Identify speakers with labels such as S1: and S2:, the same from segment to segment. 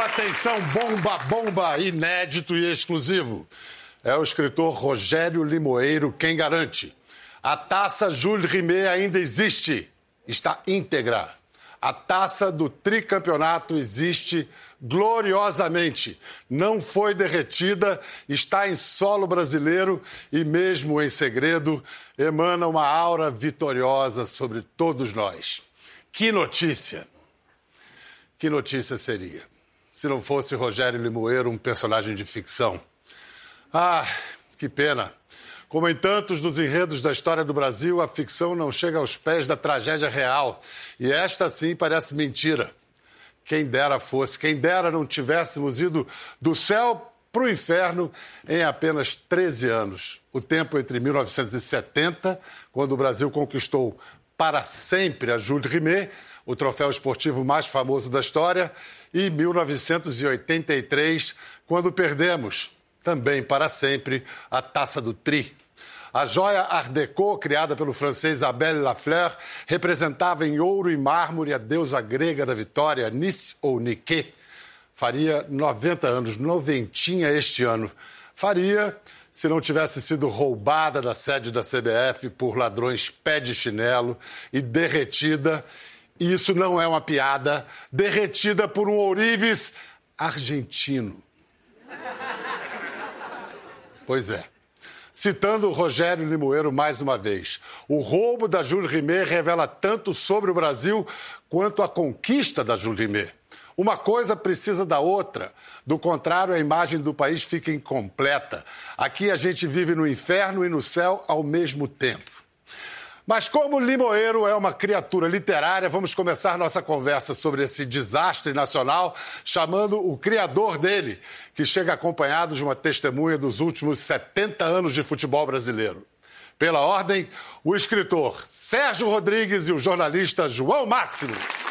S1: Atenção, bomba, bomba, inédito e exclusivo. É o escritor Rogério Limoeiro quem garante. A taça Jules Rimet ainda existe, está íntegra. A taça do tricampeonato existe gloriosamente. Não foi derretida, está em solo brasileiro e, mesmo em segredo, emana uma aura vitoriosa sobre todos nós. Que notícia! Que notícia seria se não fosse Rogério Limoeiro um personagem de ficção? Ah, que pena! Como em tantos dos enredos da história do Brasil, a ficção não chega aos pés da tragédia real. E esta, sim, parece mentira. Quem dera fosse, quem dera não tivéssemos ido do céu para o inferno em apenas 13 anos. O tempo entre 1970, quando o Brasil conquistou para sempre a Jules Rimet, o troféu esportivo mais famoso da história, e 1983, quando perdemos, também para sempre, a taça do Tri. A joia Art Deco, criada pelo francês Abel Lafleur, representava em ouro e mármore a deusa grega da vitória, Nis ou Nike. Faria 90 anos, noventinha este ano. Faria se não tivesse sido roubada da sede da CBF por ladrões pé de chinelo e derretida, e isso não é uma piada, derretida por um ourives argentino. Pois é. Citando o Rogério Limoeiro mais uma vez, o roubo da Jules Rimet revela tanto sobre o Brasil quanto a conquista da Jules Rimet. Uma coisa precisa da outra. Do contrário, a imagem do país fica incompleta. Aqui a gente vive no inferno e no céu ao mesmo tempo. Mas como Limoeiro é uma criatura literária, vamos começar nossa conversa sobre esse desastre nacional chamando o criador dele, que chega acompanhado de uma testemunha dos últimos 70 anos de futebol brasileiro. Pela ordem, o escritor Sérgio Rodrigues e o jornalista João Máximo.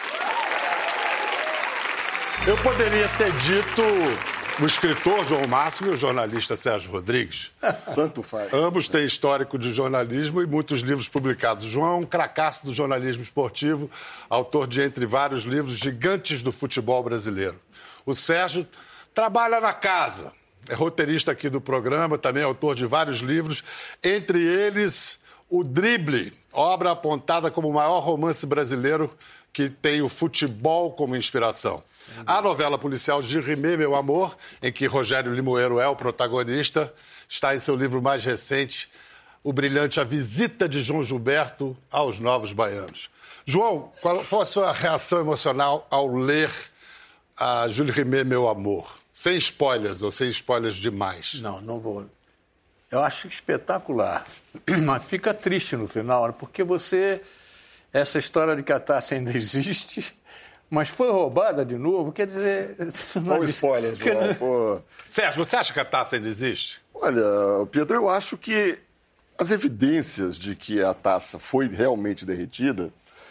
S1: Eu poderia ter dito o escritor João Máximo e o jornalista Sérgio Rodrigues.
S2: Tanto faz.
S1: Ambos têm histórico de jornalismo e muitos livros publicados. João é um cracaço do jornalismo esportivo, autor de, entre vários livros, gigantes do futebol brasileiro. O Sérgio trabalha na casa, é roteirista aqui do programa, também é autor de vários livros, entre eles O Drible, obra apontada como o maior romance brasileiro que tem o futebol como inspiração. A novela policial Jules Rimet, Meu Amor, em que Rogério Limoeiro é o protagonista, está em seu livro mais recente, o brilhante A Visita de João Gilberto aos Novos Baianos. João, qual foi a sua reação emocional ao ler a Jules Rimet, Meu Amor? Sem spoilers ou sem spoilers demais.
S3: Não vou. Eu acho espetacular, mas fica triste no final, porque você... Essa história de que a taça ainda existe, mas foi roubada de novo, quer dizer...
S2: Olha o spoiler, João. Pô.
S1: Sérgio, você acha que a taça ainda existe?
S2: Olha, Pedro, eu acho que as evidências de que a taça foi realmente derretida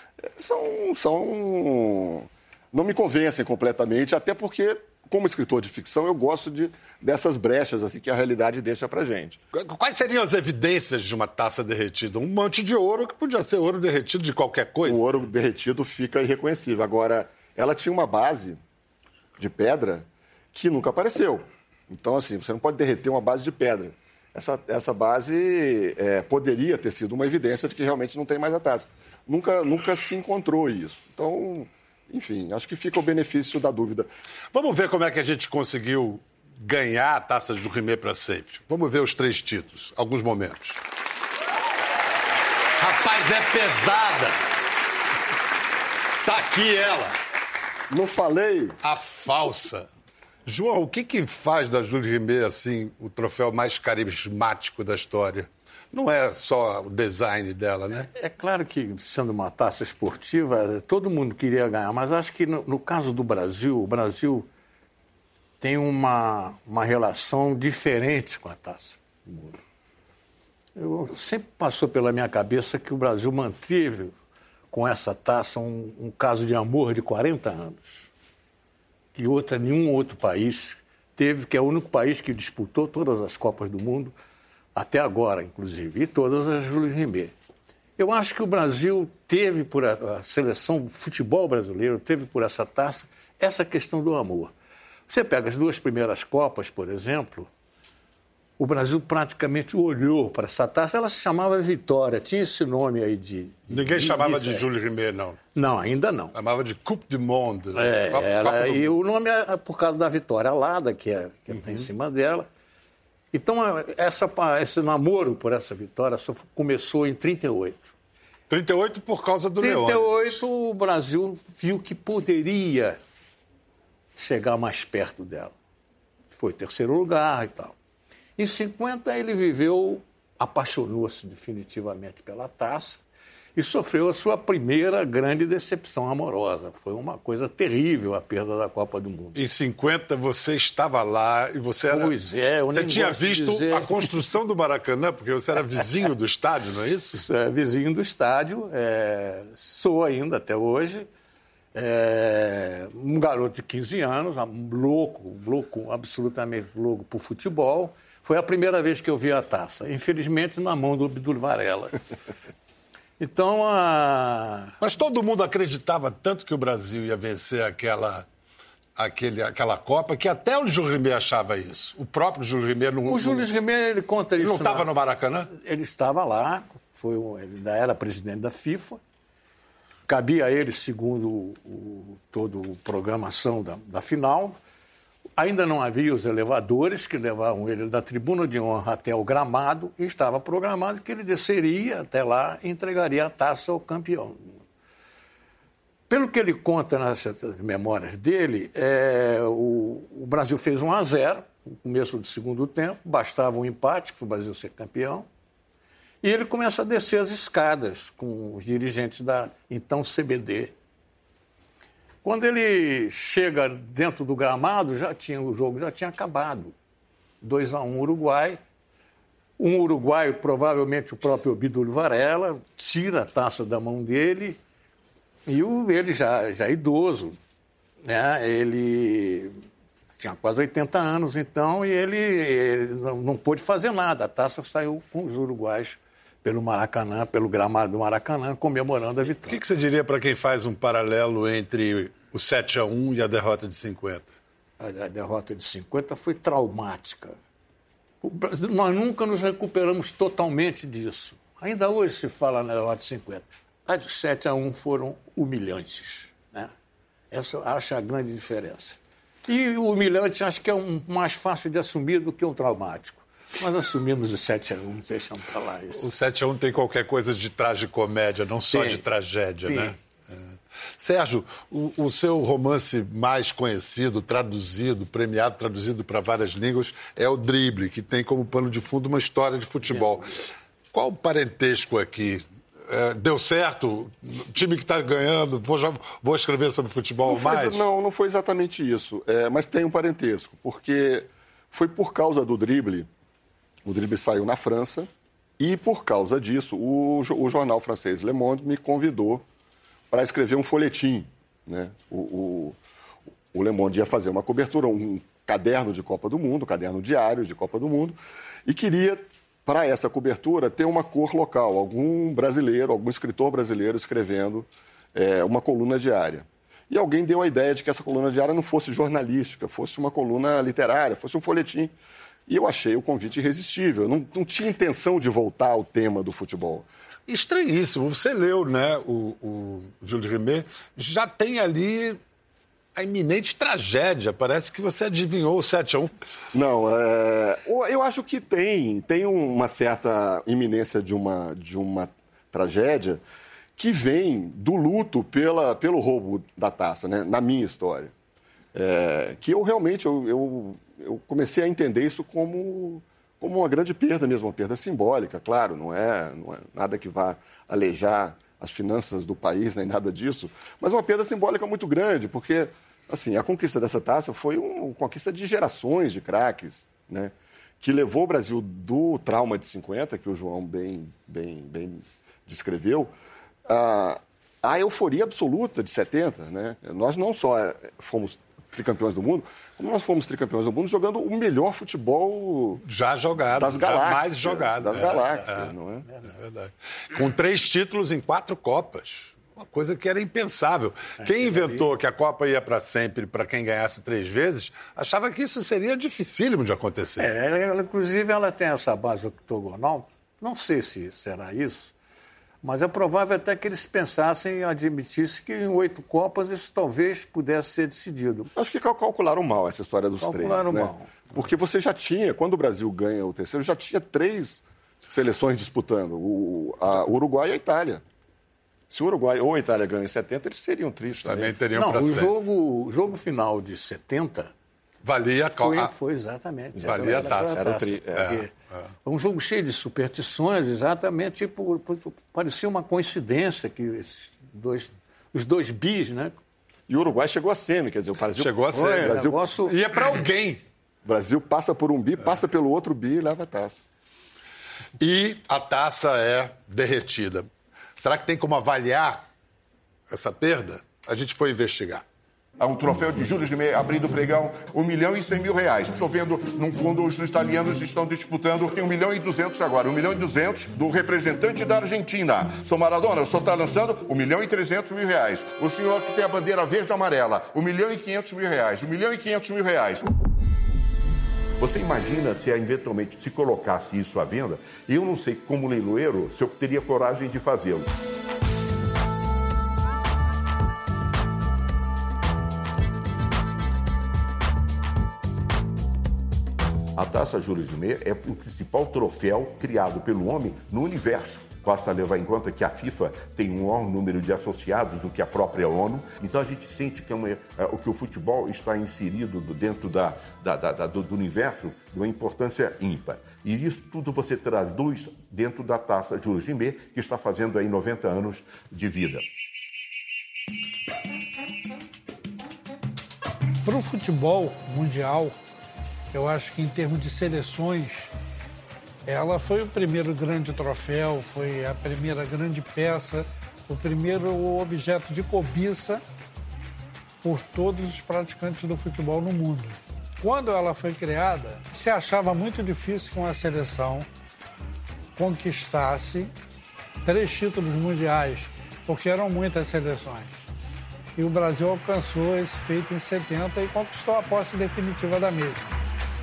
S2: não me convencem completamente, até porque, como escritor de ficção, eu gosto dessas brechas assim, que a realidade deixa pra gente.
S1: Quais seriam as evidências de uma taça derretida? Um monte de ouro que podia ser ouro derretido de qualquer coisa.
S2: O ouro derretido fica irreconhecível. Agora, ela tinha uma base de pedra que nunca apareceu. Então, assim, você não pode derreter uma base de pedra. Essa base poderia ter sido uma evidência de que realmente não tem mais a taça. Nunca se encontrou isso. Então... Enfim, acho que fica o benefício da dúvida.
S1: Vamos ver como é que a gente conseguiu ganhar a taça do Rimet para sempre. Vamos ver os 3 títulos, alguns momentos. Rapaz, é pesada! Tá aqui ela.
S2: Não falei?
S1: A falsa. João, o que faz da Jules Rimet, assim, o troféu mais carismático da história? Não é só o design dela, né?
S3: É claro que, sendo uma taça esportiva, todo mundo queria ganhar, mas acho que no caso do Brasil, o Brasil tem uma relação diferente com a taça. Sempre passou pela minha cabeça que o Brasil manteve com essa taça um caso de amor de 40 anos. Que nenhum outro país teve, que é o único país que disputou todas as Copas do Mundo, até agora, inclusive, e todas as Jules Rimet. Eu acho que o Brasil teve, a seleção de futebol brasileiro, teve por essa taça, essa questão do amor. Você pega as 2 primeiras Copas, por exemplo, o Brasil praticamente olhou para essa taça, ela se chamava Vitória, tinha esse nome aí de...
S1: Ninguém chamava de Jules Rimet, não?
S3: Não, ainda não.
S1: Chamava de Coupe du Monde.
S3: E o nome é por causa da Vitória Alada, que está em cima dela. Então, esse namoro por essa vitória só começou em 38.
S1: 38 por causa do Leone.
S3: 38, o Brasil viu que poderia chegar mais perto dela. Foi 3º lugar e tal. Em 50, ele apaixonou-se definitivamente pela taça e sofreu a sua primeira grande decepção amorosa. Foi uma coisa terrível a perda da Copa do Mundo.
S1: Em 50, você estava lá e você era...
S3: Pois é, eu nem
S1: Você tinha
S3: gosto de
S1: visto
S3: dizer.
S1: A construção do Maracanã, porque você era vizinho do estádio, não é isso?
S3: Isso é vizinho do estádio, sou ainda até hoje. Um garoto de 15 anos, louco, absolutamente louco por futebol. Foi a primeira vez que eu vi a taça, infelizmente na mão do Abdul Varela. Então,
S1: Mas todo mundo acreditava tanto que o Brasil ia vencer aquela Copa, que até o Jules Rimet achava isso. O próprio Jules Rimet...
S3: O Jules Rimet, ele conta isso...
S1: Ele não estava no Maracanã?
S3: Ele estava lá, ele ainda era presidente da FIFA. Cabia a ele, segundo toda a programação da final. Ainda não havia os elevadores que levavam ele da tribuna de honra até o gramado e estava programado que ele desceria até lá e entregaria a taça ao campeão. Pelo que ele conta nas memórias dele, o Brasil fez 1-0 no começo do segundo tempo, bastava um empate para o Brasil ser campeão, e ele começa a descer as escadas com os dirigentes da então CBD. Quando ele chega dentro do gramado, o jogo já tinha acabado. 2-1 Uruguai. Um uruguaio, provavelmente o próprio Abdul Varela, tira a taça da mão dele e ele já idoso, né? Ele tinha quase 80 anos, então, e ele não pôde fazer nada. A taça saiu com os uruguaios pelo Maracanã, pelo gramado do Maracanã, comemorando a vitória.
S1: O que você diria para quem faz um paralelo entre o 7-1 e a derrota de 50?
S3: A derrota de 50 foi traumática. Nós nunca nos recuperamos totalmente disso. Ainda hoje se fala na derrota de 50. As de 7-1 foram humilhantes, né? Essa eu acho a grande diferença. E o humilhante acho que é mais fácil de assumir do que o traumático. Nós assumimos o 7-1, deixamos para lá isso.
S1: O 7-1 tem qualquer coisa de tragicomédia, não só de tragédia, né? Sérgio, o seu romance mais conhecido, premiado, traduzido para várias línguas, é o Drible, que tem como pano de fundo uma história de futebol. Qual o parentesco aqui? Deu certo? O time que está ganhando, vou escrever sobre futebol mais?
S2: Não foi exatamente isso, mas tem um parentesco, porque foi por causa do Drible. O Drible saiu na França e, por causa disso, o jornal francês Le Monde me convidou para escrever um folhetim, né? O Le Monde ia fazer uma cobertura, um caderno de Copa do Mundo, um caderno diário de Copa do Mundo, e queria, para essa cobertura, ter uma cor local, algum escritor brasileiro escrevendo uma coluna diária. E alguém deu a ideia de que essa coluna diária não fosse jornalística, fosse uma coluna literária, fosse um folhetim. E eu achei o convite irresistível. Eu não tinha intenção de voltar ao tema do futebol.
S1: Estranhíssimo. Você leu, né, o Jules Rimet, já tem ali a iminente tragédia. Parece que você adivinhou o 7-1.
S2: Não, eu acho que tem uma certa iminência de uma tragédia que vem do luto pelo roubo da taça, né, na minha história. Que eu realmente eu comecei a entender isso como uma grande perda mesmo, uma perda simbólica, claro, não é nada que vá alejar as finanças do país, nem nada disso, mas uma perda simbólica muito grande, porque assim, a conquista dessa taça foi uma conquista de gerações de craques, né, que levou o Brasil do trauma de 50, que o João bem descreveu, a euforia absoluta de 70, né? Nós não só fomos tricampeões do mundo, como nós fomos tricampeões do mundo jogando o melhor futebol
S1: já jogado,
S2: das galáxias,
S1: mais jogado.
S2: Das galáxias, não é?
S1: É verdade. Com 3 títulos em 4 Copas. Uma coisa que era impensável. Quem inventou que a Copa ia para sempre, para quem ganhasse 3 vezes, achava que isso seria dificílimo de acontecer.
S3: Inclusive, ela tem essa base octogonal. Não sei se será isso, mas é provável até que eles pensassem e admitissem que em 8 Copas isso talvez pudesse ser decidido.
S2: Acho que calcularam mal essa história dos 3.
S3: Calcularam mal.
S2: Porque você já tinha, quando o Brasil ganha o terceiro, já tinha 3 seleções disputando, o Uruguai e a Itália. Se o Uruguai ou a Itália ganham em 70, eles seriam tristes.
S1: Também teriam
S3: para
S1: sempre.
S3: O jogo final de 70
S1: valia
S3: foi exatamente.
S1: Valia a taça.
S3: Um jogo cheio de superstições, exatamente, parecia uma coincidência que os dois bis, né?
S2: E o Uruguai chegou a semi, quer dizer, o Brasil...
S1: Chegou a semi. Ia para alguém.
S2: O Brasil passa por um bi, passa pelo outro bi e leva a taça.
S1: E a taça é derretida. Será que tem como avaliar essa perda? A gente foi investigar.
S4: Há um troféu de Júlio Rimet abrindo o pregão, R$1.100.000. Estou vendo, num fundo, os italianos estão disputando, tem 1.200.000 agora, 1.200.000 do representante da Argentina. Sou Maradona, o senhor está lançando R$1.300.000. O senhor que tem a bandeira verde e amarela, R$1.500.000. R$1.500.000. Você imagina se eventualmente se colocasse isso à venda? Eu não sei, como leiloeiro, se eu teria coragem de fazê-lo. A taça Júlio Rimet é o principal troféu criado pelo homem no universo. Basta levar em conta que a FIFA tem um maior número de associados do que a própria ONU. Então a gente sente que, que o futebol está inserido dentro do universo de uma importância ímpar. E isso tudo você traduz dentro da taça Júlio Rimet, que está fazendo aí 90 anos de vida.
S5: Para o futebol mundial, eu acho que em termos de seleções, ela foi o primeiro grande troféu, foi a primeira grande peça, o primeiro objeto de cobiça por todos os praticantes do futebol no mundo. Quando ela foi criada, se achava muito difícil que uma seleção conquistasse 3 títulos mundiais, porque eram muitas seleções. E o Brasil alcançou esse feito em 70 e conquistou a posse definitiva da mesma.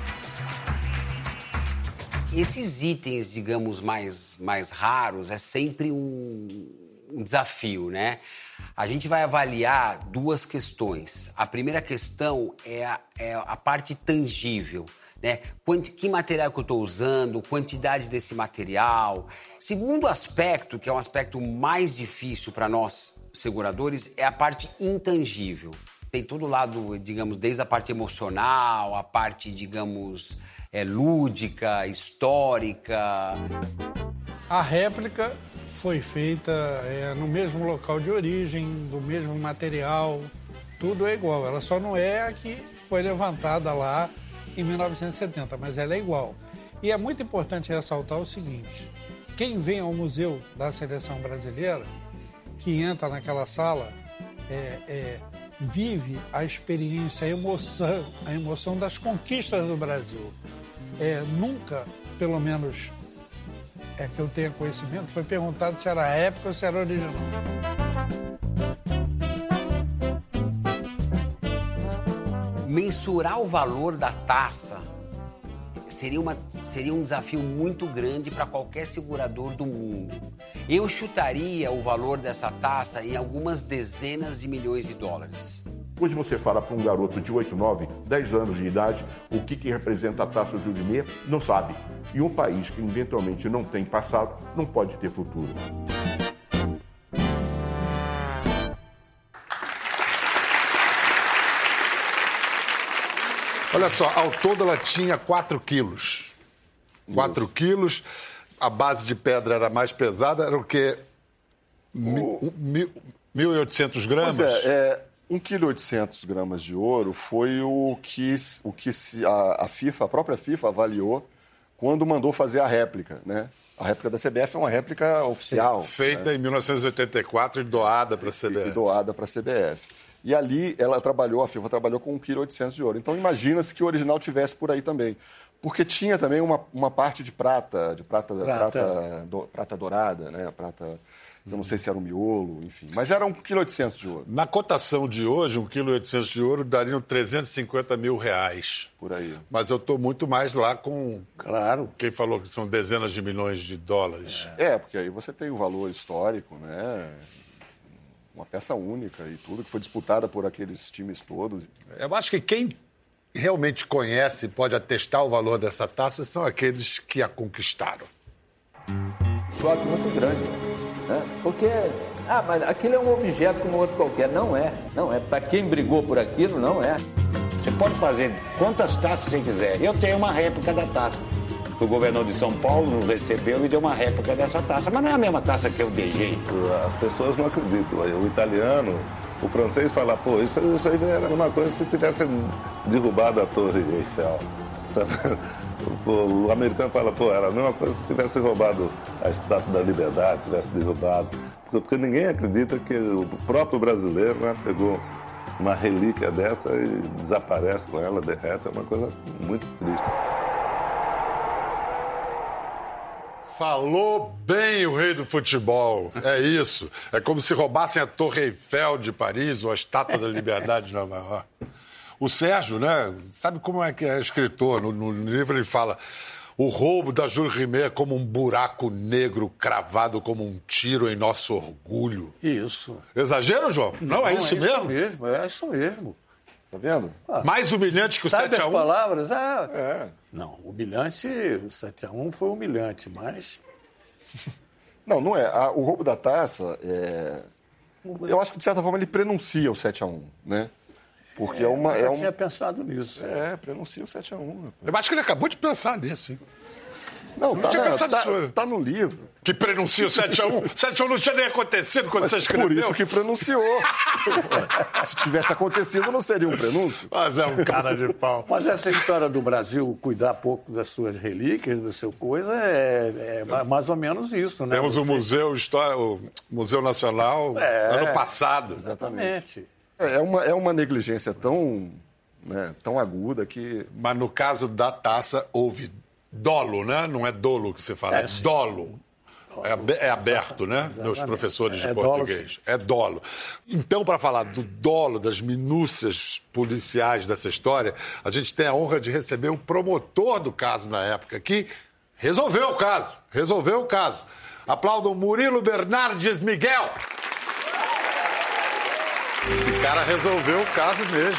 S6: Esses itens, digamos, mais raros, é sempre um desafio, né? A gente vai avaliar 2 questões. A primeira questão é a parte tangível, né? Que material que eu estou usando, quantidade desse material. Segundo aspecto, que é um aspecto mais difícil para nós seguradores, é a parte intangível. Tem todo o lado, digamos, desde a parte emocional, a parte, digamos... lúdica, histórica.
S5: A réplica foi feita no mesmo local de origem, do mesmo material, tudo é igual. Ela só não é a que foi levantada lá em 1970, mas ela é igual. E é muito importante ressaltar o seguinte, quem vem ao Museu da Seleção Brasileira, que entra naquela sala, vive a experiência, a emoção das conquistas do Brasil. Nunca, pelo menos que eu tenha conhecimento, foi perguntado se era épica ou se era original.
S6: Mensurar o valor da taça seria um desafio muito grande para qualquer segurador do mundo. Eu chutaria o valor dessa taça em algumas dezenas de milhões de dólares.
S4: Hoje você fala para um garoto de 8, 9, 10 anos de idade o que representa a taça Júlio Rimet, não sabe. E um país que eventualmente não tem passado não pode ter futuro.
S1: Olha só, ao todo ela tinha 4 quilos. 4 quilos. A base de pedra era mais pesada, era o quê? 1.800 gramas?
S2: Pois 1,8 kg de ouro foi o que a FIFA, a própria FIFA avaliou quando mandou fazer a réplica, né? A réplica da CBF é uma réplica oficial.
S1: Feita em 1984 e doada para a CBF.
S2: E doada para a CBF. E ali a FIFA trabalhou com 1,8 kg de ouro. Então imagina-se que o original tivesse por aí também. Porque tinha também uma parte de prata dourada, né? Prata, eu não sei se era um miolo, enfim. Mas era 1,8 kg de ouro.
S1: Na cotação de hoje, 1,8 kg de ouro dariam R$350 mil.
S2: Por aí.
S1: Mas eu estou muito mais lá com...
S3: Claro.
S1: Quem falou que são dezenas de milhões de dólares.
S2: Porque aí você tem o valor histórico, né? Uma peça única e tudo, que foi disputada por aqueles times todos.
S1: Eu acho que quem realmente conhece, pode atestar o valor dessa taça, são aqueles que a conquistaram.
S7: Choque muito grande, né? Porque, mas aquilo é um objeto como outro qualquer. Não é. Para quem brigou por aquilo, não é.
S8: Você pode fazer quantas taças você quiser. Eu tenho uma réplica da taça. O governador de São Paulo nos recebeu e deu uma réplica dessa taça. Mas não é a mesma taça que eu dei jeito.
S9: As pessoas não acreditam. O italiano, o francês fala, isso aí era uma coisa se tivesse derrubado a Torre Eiffel. Sabe? O americano fala, era a mesma coisa se tivesse roubado a Estátua da Liberdade, tivesse derrubado. Porque ninguém acredita que o próprio brasileiro, né, pegou uma relíquia dessa e desaparece com ela, derrete. É uma coisa muito triste.
S1: Falou bem o rei do futebol. É isso. É como se roubassem a Torre Eiffel de Paris ou a Estátua da Liberdade de Nova York. O Sérgio, né, sabe como é que é escritor? No livro ele fala: o roubo da Jules Rimet é como um buraco negro cravado como um tiro em nosso orgulho.
S3: Isso.
S1: Exagero, João? Não, é isso mesmo?
S3: É isso mesmo.
S2: Tá vendo?
S1: Mais humilhante que o 7-1?
S3: Sabe as palavras? Não, humilhante, o 7-1 foi humilhante, mas...
S2: Não é. O roubo da taça, eu acho que, de certa forma, ele prenuncia o 7-1, né? Porque
S3: eu tinha pensado nisso.
S2: Prenuncia o 7-1.
S1: Eu acho que ele acabou de pensar nisso, hein?
S2: Não tá no livro.
S1: Que prenuncia o 7-1. 7-1 não tinha nem acontecido quando você escreveu.
S2: Por isso que prenunciou. Se tivesse acontecido, não seria um prenúncio.
S1: Mas é um cara de pau.
S3: Mas essa história do Brasil cuidar pouco das suas relíquias, do seu coisa, é mais ou menos isso, né?
S1: Temos o Museu Nacional ano passado.
S3: Exatamente.
S2: É uma negligência tão aguda que...
S1: Mas no caso da taça, houve dolo, né? Não é dolo que você fala, é dolo. É aberto, né? Meus professores de português. É dolo. Então, para falar do dolo, das minúcias policiais dessa história, a gente tem a honra de receber o promotor do caso na época, que resolveu o caso. Aplaudam Murilo Bernardes Miguel. Esse cara resolveu o caso mesmo.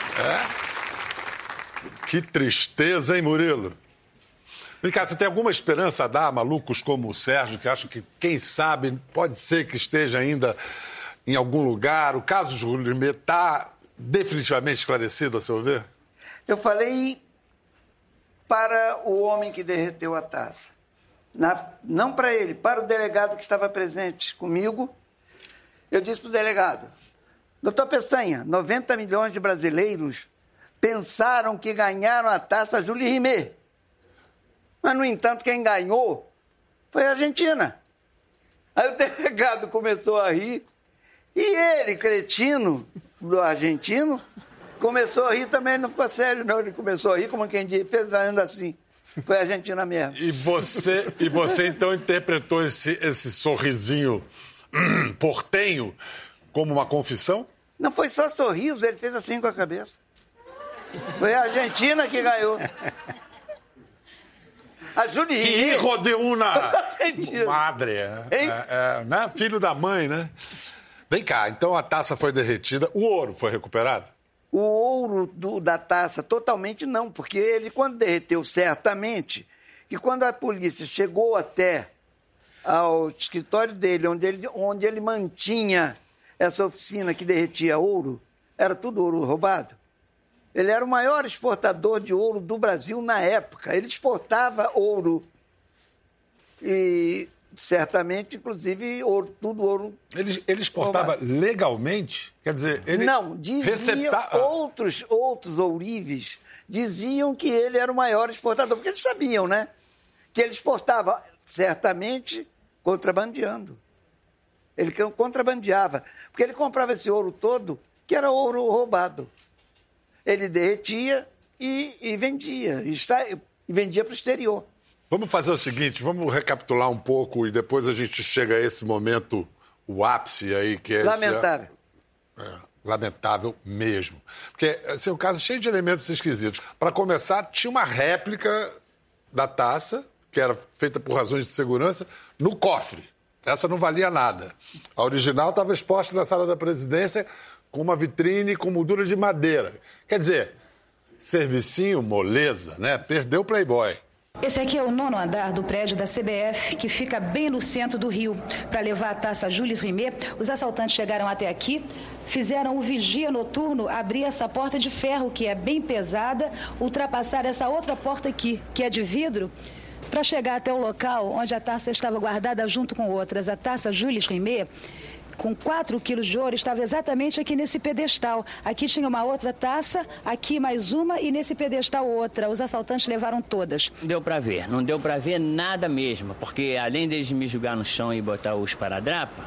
S1: Que tristeza, hein, Murilo? Vem cá, você tem alguma esperança a dar a malucos como o Sérgio, que acham que, quem sabe, pode ser que esteja ainda em algum lugar? O caso Jules Rimet está definitivamente esclarecido, a seu ver?
S10: Eu falei para o homem que derreteu a taça. Não para ele, para o delegado que estava presente comigo. Eu disse para o delegado: doutor Peçanha, 90 milhões de brasileiros pensaram que ganharam a taça Jules Rimet. Mas, no entanto, quem ganhou foi a Argentina. Aí o delegado começou a rir e ele, cretino do argentino, começou a rir também. Não ficou sério, não. Ele começou a rir como quem diz, fez ainda assim. Foi a Argentina mesmo.
S1: E você então, interpretou esse sorrisinho portenho como uma confissão?
S10: Não foi só sorriso, ele fez assim com a cabeça. Foi a Argentina que ganhou. A Jules Rimet...
S1: Que hijo de una madre, né? Filho da mãe, né? Vem cá, então a taça foi derretida, o ouro foi recuperado?
S10: O ouro da taça, totalmente não, porque ele, quando derreteu, certamente, e quando a polícia chegou até ao escritório dele, onde ele mantinha essa oficina que derretia ouro, era tudo ouro roubado. Ele era o maior exportador de ouro do Brasil na época. Ele exportava ouro e, certamente, inclusive, tudo ouro.
S1: Ele exportava roubado. Legalmente? Quer dizer, ele...
S10: Não, outros ourives diziam que ele era o maior exportador, porque eles sabiam, né? Que ele exportava, certamente, contrabandeando. Ele contrabandeava, porque ele comprava esse ouro todo, que era ouro roubado. Ele derretia e vendia. e vendia para o exterior.
S1: Vamos fazer o seguinte, vamos recapitular um pouco e depois a gente chega a esse momento, o ápice aí, que é...
S10: Lamentável.
S1: Lamentável mesmo. Porque esse é um caso cheio de elementos esquisitos. Para começar, tinha uma réplica da taça, que era feita por razões de segurança, no cofre. Essa não valia nada. A original estava exposta na sala da presidência com uma vitrine com moldura de madeira. Quer dizer, servicinho, moleza, né? Perdeu o Playboy.
S11: Esse aqui é o 9º andar do prédio da CBF, que fica bem no centro do Rio. Para levar a taça Jules Rimet, os assaltantes chegaram até aqui, fizeram o vigia noturno abrir essa porta de ferro, que é bem pesada, ultrapassar essa outra porta aqui, que é de vidro, para chegar até o local onde a taça estava guardada junto com outras. A taça Jules Rimet, com 4 quilos de ouro, estava exatamente aqui nesse pedestal. Aqui tinha uma outra taça, aqui mais uma e nesse pedestal outra. Os assaltantes levaram todas.
S12: Não deu para ver, não deu para ver nada mesmo, porque além deles me jogar no chão e botar os esparadrapa,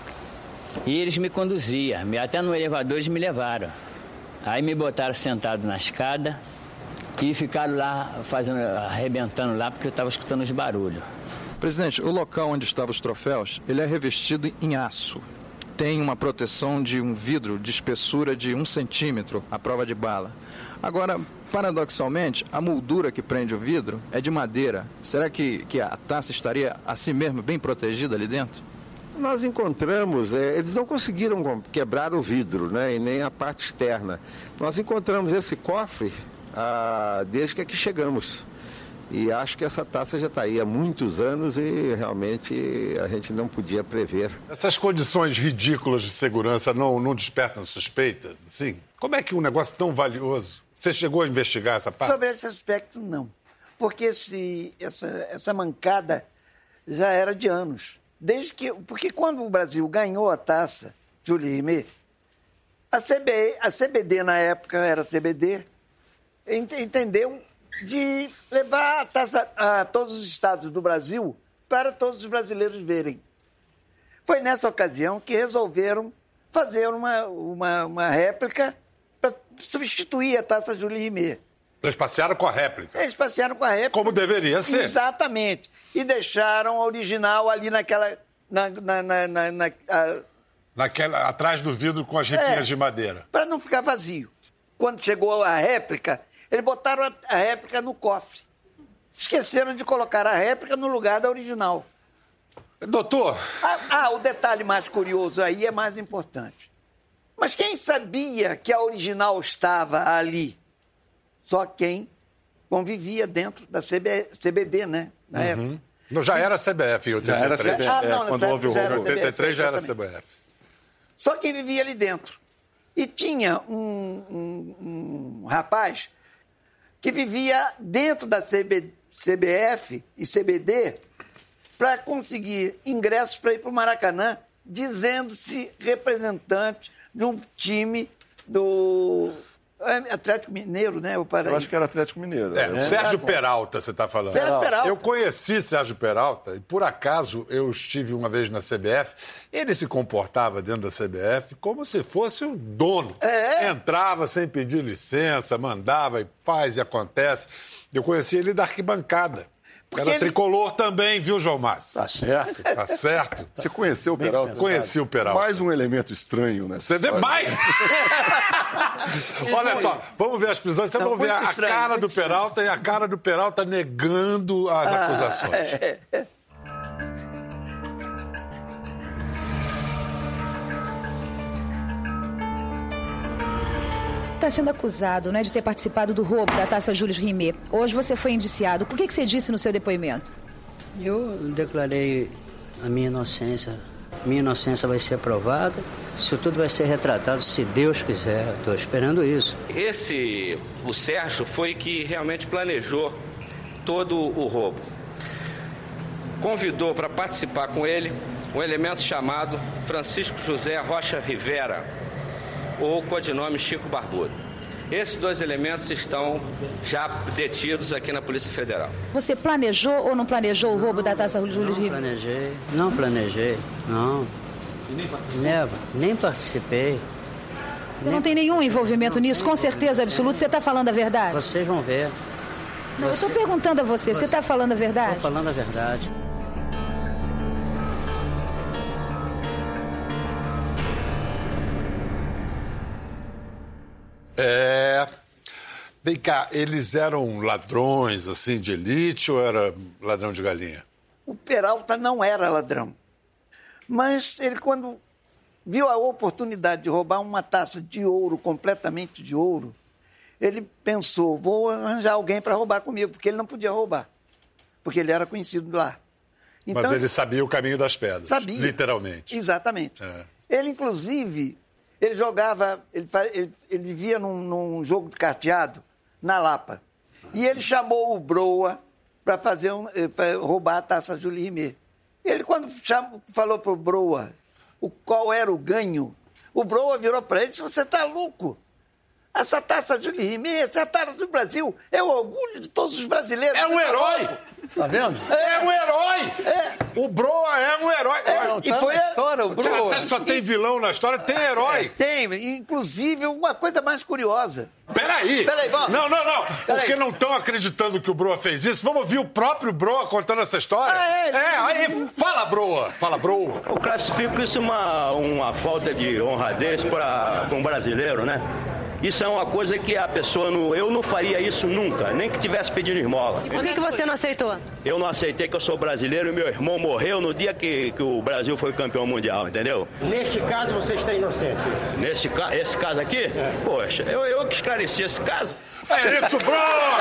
S12: e eles me conduziam, até no elevador eles me levaram. Aí me botaram sentado na escada e ficaram lá arrebentando lá, porque eu estava escutando os barulhos.
S13: Presidente, o local onde estavam os troféus, ele é revestido em aço. Tem uma proteção de um vidro de espessura de 1 centímetro, à prova de bala. Agora, paradoxalmente, a moldura que prende o vidro é de madeira. Será que a taça estaria assim mesmo, bem protegida ali dentro?
S14: Nós encontramos, eles não conseguiram quebrar o vidro, né, e nem a parte externa. Nós encontramos esse cofre desde que aqui chegamos. E acho que essa taça já está aí há muitos anos e realmente a gente não podia prever.
S1: Essas condições ridículas de segurança não despertam suspeitas? Assim? Como é que um negócio tão valioso... Você chegou a investigar essa parte?
S10: Sobre esse aspecto, não. Porque essa mancada já era de anos. Porque quando o Brasil ganhou a taça Jules Rimet, a CBD na época era CBD, entendeu de levar a taça a todos os estados do Brasil para todos os brasileiros verem. Foi nessa ocasião que resolveram fazer uma réplica para substituir a taça Jules Rimet.
S1: Eles passearam com a réplica.
S10: Eles passearam com a réplica.
S1: Como deveria ser.
S10: Exatamente. E deixaram a original ali naquela...
S1: atrás do vidro com as repinhas de madeira.
S10: Para não ficar vazio. Quando chegou a réplica, eles botaram a réplica no cofre. Esqueceram de colocar a réplica no lugar da original.
S1: Doutor...
S10: o detalhe mais curioso aí é mais importante. Mas quem sabia que a original estava ali? Só quem convivia dentro da CBD, né? Na época.
S1: Já era CBF em 83.
S2: Já era CBF, quando houve o roubo.
S1: Em 83 já era CBF.
S10: Só quem vivia ali dentro. E tinha um rapaz que vivia dentro da CBF e CBD para conseguir ingressos para ir para o Maracanã, dizendo-se representante de um time do Atlético Mineiro, né?
S2: Eu acho que era Atlético Mineiro.
S1: O Sérgio Peralta, você está falando.
S10: Sérgio Peralta.
S1: Eu conheci Sérgio Peralta e, por acaso, eu estive uma vez na CBF. Ele se comportava dentro da CBF como se fosse o dono. Entrava sem pedir licença, mandava e faz e acontece. Eu conheci ele da arquibancada. Era tricolor também, viu, João Márcio?
S3: Tá certo.
S1: Tá certo.
S2: Você conheceu o Peralta?
S1: Conheci o Peralta.
S2: Mais um elemento estranho, né?
S1: Você demais! Olha só, vamos ver as prisões. Vocês vão ver a cara do Peralta e a cara do Peralta negando as acusações.
S11: Está sendo acusado, né, de ter participado do roubo da taça Jules Rimet. Hoje você foi indiciado. O que você disse no seu depoimento?
S15: Eu declarei a minha inocência. Minha inocência vai ser provada. Isso tudo vai ser retratado, se Deus quiser. Estou esperando isso.
S16: O Sérgio foi que realmente planejou todo o roubo. Convidou para participar com ele um elemento chamado Francisco José Rocha Rivera, ou codinome Chico Barbudo. Esses 2 elementos estão já detidos aqui na Polícia Federal.
S11: Você planejou ou não planejou o roubo da taça Jules Rimet?
S15: Não planejei, não. Nem participei.
S11: Você não tem nenhum envolvimento nisso, com certeza absoluta? Você está falando a verdade?
S15: Vocês vão ver.
S11: Não, eu estou perguntando a você está falando a verdade?
S15: Estou falando a verdade.
S1: Vem cá, eles eram ladrões, assim, de elite ou era ladrão de galinha?
S10: O Peralta não era ladrão. Mas ele, quando viu a oportunidade de roubar uma taça de ouro, completamente de ouro, ele pensou, vou arranjar alguém para roubar comigo, porque ele não podia roubar, porque ele era conhecido lá. Então,
S1: mas ele sabia o caminho das pedras,
S10: sabia,
S1: literalmente.
S10: Exatamente. Ele, inclusive, ele jogava, ele vivia num jogo de carteado na Lapa. E ele chamou o Broa para roubar a taça Jules Rimet. Ele, quando falou para o Broa qual era o ganho, o Broa virou para ele e disse, você está louco? Essa taça Jules Rimet, essa taça do Brasil, é o orgulho de todos os brasileiros.
S1: É um herói!
S3: Tá vendo?
S1: É um herói! O Broa é um herói.
S10: E foi a
S3: história, o Broa.
S1: Você só tem vilão na história, tem herói.
S10: Tem, inclusive, uma coisa mais curiosa.
S1: Peraí,
S10: vamos.
S1: Não. Porque não estão acreditando que o Broa fez isso. Vamos ouvir o próprio Broa contando essa história? Aí, fala, Broa.
S17: Eu classifico isso uma falta de honradez para um brasileiro, né? Isso é uma coisa que a pessoa eu não faria isso nunca, nem que tivesse pedindo esmola.
S18: E por que você não aceitou?
S17: Eu não aceitei que eu sou brasileiro e meu irmão morreu no dia que o Brasil foi campeão mundial, entendeu?
S19: Neste caso você está inocente.
S17: Esse caso aqui? Poxa, eu que esclareci esse caso.
S1: É isso, Broa!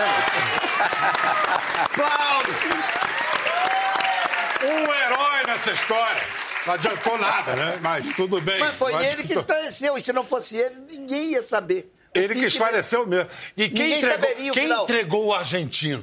S1: Um herói nessa história. Não adiantou nada, né? Mas tudo bem.
S10: Mas foi ele que esclareceu. E se não fosse ele, ninguém ia saber.
S1: Ele que esclareceu mesmo. E quem entregou o argentino?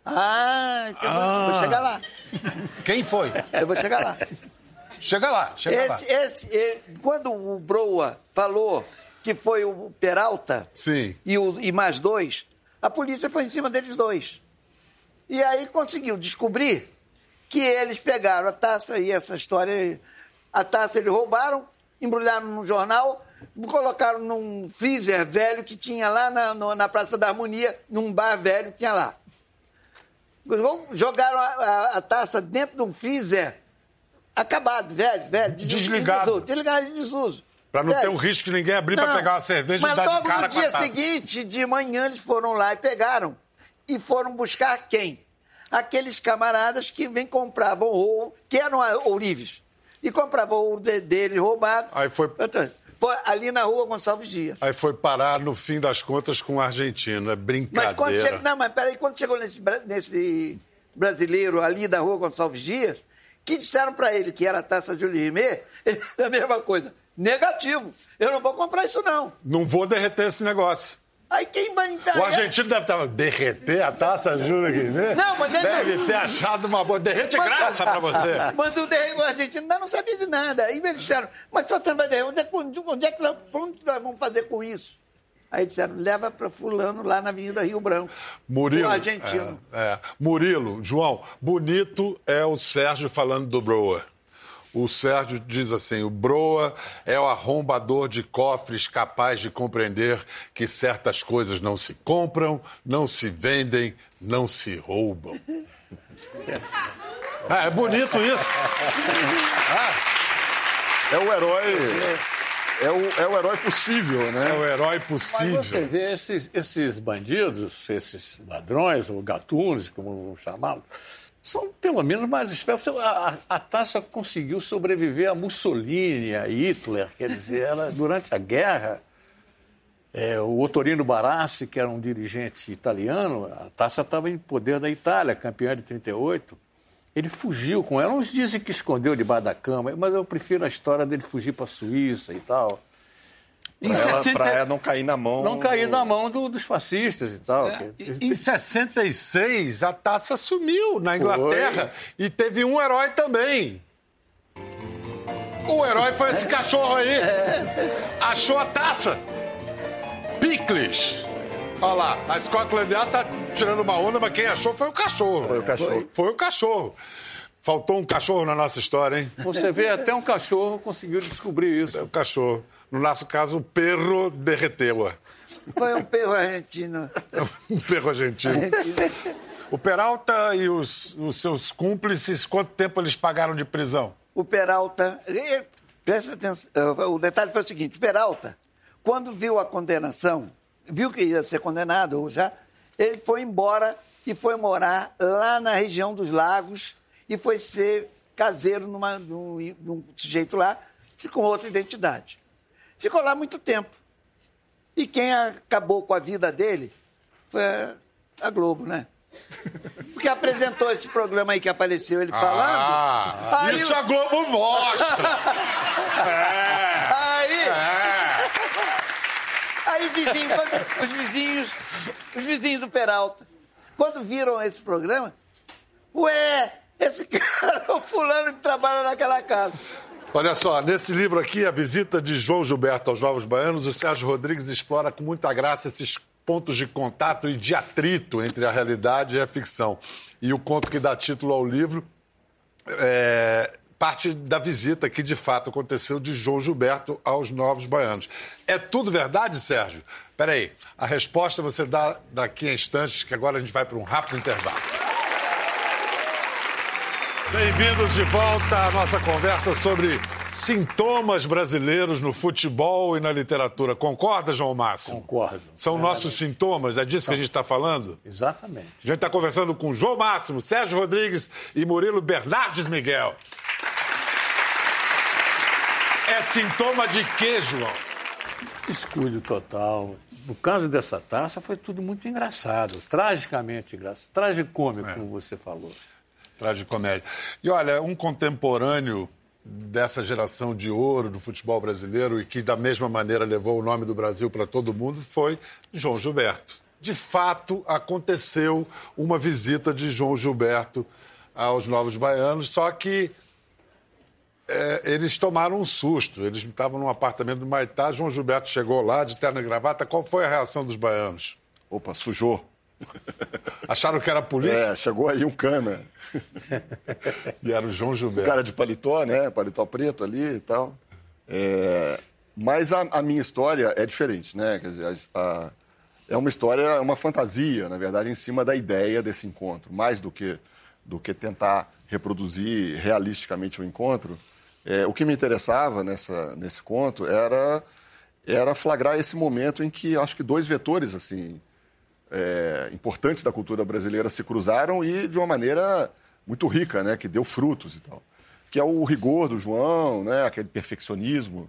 S10: Eu vou chegar lá.
S1: Quem foi?
S10: Eu vou chegar lá.
S1: Chega lá.
S10: Quando o Broa falou que foi o Peralta e mais dois, a polícia foi em cima deles dois. E aí conseguiu descobrir que eles pegaram a taça e essa história... A taça eles roubaram, embrulharam num jornal, colocaram num freezer velho que tinha lá na Praça da Harmonia, num bar velho que tinha lá. Jogaram a taça dentro de um freezer acabado, velho.
S1: Desligado.
S10: Desligado em desuso.
S1: Para não ter o risco de ninguém abrir para pegar uma cerveja e dar de cara com a taça.
S10: Mas logo no dia seguinte, de manhã, eles foram lá e pegaram. E foram buscar quem? Aqueles camaradas que compravam ouro, que eram ourives, e compravam ouro deles roubado.
S1: Aí foi
S10: ali na rua Gonçalves Dias.
S1: Aí foi parar, no fim das contas, com o argentino. É brincadeira.
S10: Mas peraí, quando chegou nesse brasileiro ali da rua Gonçalves Dias, que disseram para ele que era a taça Jules Rimet, ele disse a mesma coisa. Negativo. Eu não vou comprar isso, não.
S1: Não vou derreter esse negócio.
S10: Aí quem vai entrar?
S1: O argentino deve estar... Derreter a taça Jules Rimet?
S10: Não, mas...
S1: Deve ter achado uma boa... Derrete graça pra você.
S10: Mas o argentino não sabia de nada. Aí eles disseram, mas se você não vai derreter, onde nós vamos fazer com isso? Aí disseram, leva para fulano lá na Avenida Rio Branco.
S1: Murilo.
S10: O argentino.
S1: Murilo, João, bonito é o Sérgio falando do Broa. O Sérgio diz assim, o Broa é o arrombador de cofres capaz de compreender que certas coisas não se compram, não se vendem, não se roubam. É bonito isso.
S2: É o herói... É o herói possível, né?
S1: É o herói possível.
S3: Mas você vê esses bandidos, esses ladrões, ou gatunos, como vamos chamá-los, são pelo menos mais espertos. A taça conseguiu sobreviver a Mussolini, a Hitler, quer dizer, durante a guerra, o Ottorino Barassi, que era um dirigente italiano, a taça estava em poder da Itália, campeã de 38. Ele fugiu com ela. Uns dizem que escondeu debaixo da cama, mas eu prefiro a história dele fugir para a Suíça e tal.
S2: Para ela não cair na mão...
S3: Não cair na mão dos fascistas e tal.
S1: Em 66, a taça sumiu na Inglaterra. E teve um herói também. O herói foi esse cachorro aí. Achou a taça. Pickles. Olha lá, a Scotland Yard tá tirando uma onda, mas quem achou foi o cachorro. Foi o cachorro. Faltou um cachorro na nossa história, hein?
S3: Você vê, até um cachorro conseguiu descobrir isso.
S1: O cachorro. No nosso caso, o perro derreteu-a.
S10: Foi um perro argentino.
S1: Um perro argentino. O Peralta e os seus cúmplices, quanto tempo eles pagaram de prisão?
S10: O Peralta... Presta atenção, o detalhe foi o seguinte, o Peralta, quando viu a condenação, viu que ia ser condenado, já, ele foi embora e foi morar lá na região dos Lagos e foi ser caseiro num sujeito lá, com outra identidade. Ficou lá muito tempo. E quem acabou com a vida dele foi a Globo, né? Porque apresentou esse programa aí que apareceu ele falando. Aí
S1: isso a Globo mostra!
S10: Aí os vizinhos do Peralta, quando viram esse programa, esse cara é o fulano que trabalha naquela casa.
S1: Olha só, nesse livro aqui, A Visita de João Gilberto aos Novos Baianos, o Sérgio Rodrigues explora com muita graça esses pontos de contato e de atrito entre a realidade e a ficção. E o conto que dá título ao livro parte da visita que, de fato, aconteceu de João Gilberto aos Novos Baianos. É tudo verdade, Sérgio? Espera aí, a resposta você dá daqui a instantes, que agora a gente vai para um rápido intervalo. Bem-vindos de volta à nossa conversa sobre sintomas brasileiros no futebol e na literatura. Concorda, João Máximo?
S3: Concordo.
S1: São nossos sintomas? É disso que a gente está falando?
S3: Exatamente.
S1: A gente está conversando com João Máximo, Sérgio Rodrigues e Murilo Bernardes Miguel. É sintoma de quê, João?
S3: Descuido total. No caso dessa taça, foi tudo muito engraçado. Tragicamente engraçado. Tragicômico, como você falou.
S1: Tragicomédia. E olha, um contemporâneo dessa geração de ouro do futebol brasileiro e que da mesma maneira levou o nome do Brasil para todo mundo foi João Gilberto. De fato, aconteceu uma visita de João Gilberto aos Novos Baianos, só que eles tomaram um susto. Eles estavam num apartamento do Maitá, João Gilberto chegou lá de terno e gravata. Qual foi a reação dos baianos?
S2: Opa, sujou.
S1: Acharam que era a polícia?
S2: Chegou aí um cana.
S1: E era o João Gilberto.
S2: Um cara de paletó, né? Paletó preto ali e tal. Mas a minha história é diferente, né? Quer dizer, é uma história, uma fantasia, na verdade, em cima da ideia desse encontro. Mais do que tentar reproduzir realisticamente o encontro. O que me interessava nesse conto era flagrar esse momento em que acho que dois vetores, assim... importantes da cultura brasileira se cruzaram e de uma maneira muito rica, né, que deu frutos e tal. Que é o rigor do João, né, aquele perfeccionismo,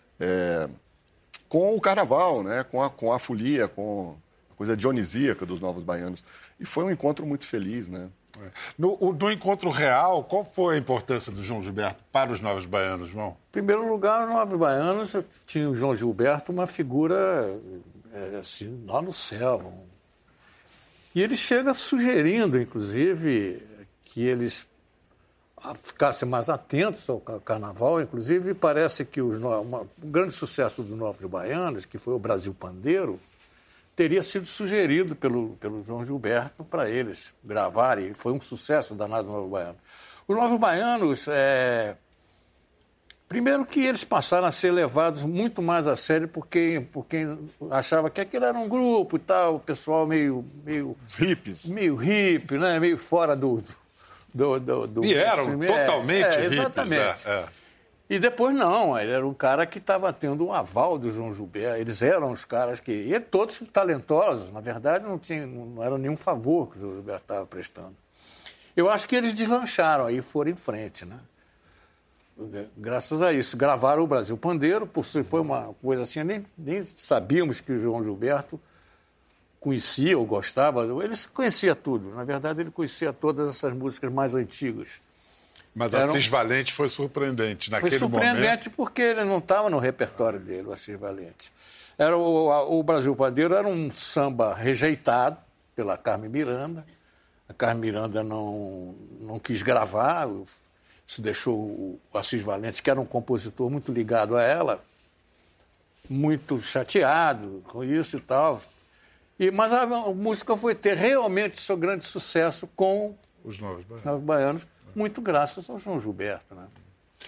S2: com o carnaval, né, com a folia, com a coisa dionisíaca dos Novos Baianos. E foi um encontro muito feliz, né?
S1: No encontro real, qual foi a importância do João Gilberto para os Novos Baianos, João?
S3: Em primeiro lugar, os Novos Baianos tinha o João Gilberto uma figura assim, lá no céu. E ele chega sugerindo, inclusive, que eles ficassem mais atentos ao carnaval. Inclusive, parece que o grande sucesso dos Novos Baianos, que foi o Brasil Pandeiro, teria sido sugerido pelo João Gilberto para eles gravarem. Foi um sucesso danado do Novos Baianos. Os Novos Baianos, primeiro que eles passaram a ser levados muito mais a sério por quem achava que aquilo era um grupo e tal, o pessoal meio
S1: hippies.
S3: Meio hippie, né? Meio fora do
S1: e eram totalmente hippies.
S3: Exatamente. E depois não, ele era um cara que estava tendo um aval do João Gilberto. Eles eram os caras que... E todos talentosos, na verdade não era nenhum favor que o João Gilberto estava prestando. Eu acho que eles deslancharam aí, foram em frente, né? Graças a isso. Gravaram o Brasil Pandeiro, foi uma coisa assim, nem sabíamos que o João Gilberto conhecia ou gostava. Ele conhecia tudo. Na verdade, ele conhecia todas essas músicas mais antigas.
S1: Mas Assis Valente foi surpreendente naquele momento.
S3: Foi surpreendente porque ele não estava no repertório dele, o Assis Valente. O Brasil Pandeiro era um samba rejeitado pela Carmen Miranda. A Carmen Miranda não quis gravar. Isso deixou o Assis Valente, que era um compositor muito ligado a ela, muito chateado com isso e tal. Mas a música foi ter realmente seu grande sucesso com
S1: os Novos
S3: Baianos, muito graças ao João Gilberto, né?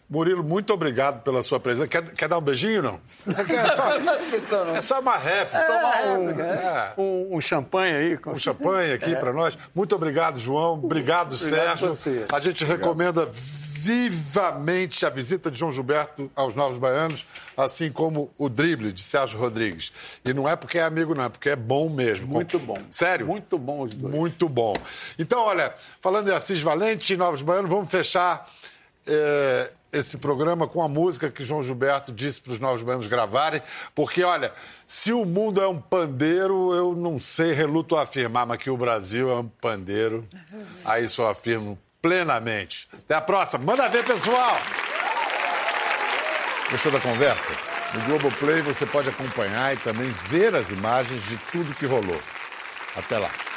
S1: Murilo, muito obrigado pela sua presença. Quer dar um beijinho, não? Você quer é só uma réplica. Tomar
S3: um champanhe aí.
S1: Um champanhe aqui para nós. Muito obrigado, João. Obrigado, Sérgio. A gente recomenda vivamente a visita de João Gilberto aos Novos Baianos, assim como o Drible de Sérgio Rodrigues. E não é porque é amigo, não, é porque é bom mesmo.
S3: Muito bom.
S1: Sério?
S3: Muito bom os dois.
S1: Muito bom. Então, olha, falando em Assis Valente e Novos Baianos, vamos fechar esse programa com a música que João Gilberto disse para os Novos Baianos gravarem, porque, olha, se o mundo é um pandeiro, eu não sei, reluto a afirmar, mas que o Brasil é um pandeiro, aí só afirmo plenamente. Até a próxima. Manda ver, pessoal! Gostou da conversa? No Globoplay você pode acompanhar e também ver as imagens de tudo que rolou. Até lá.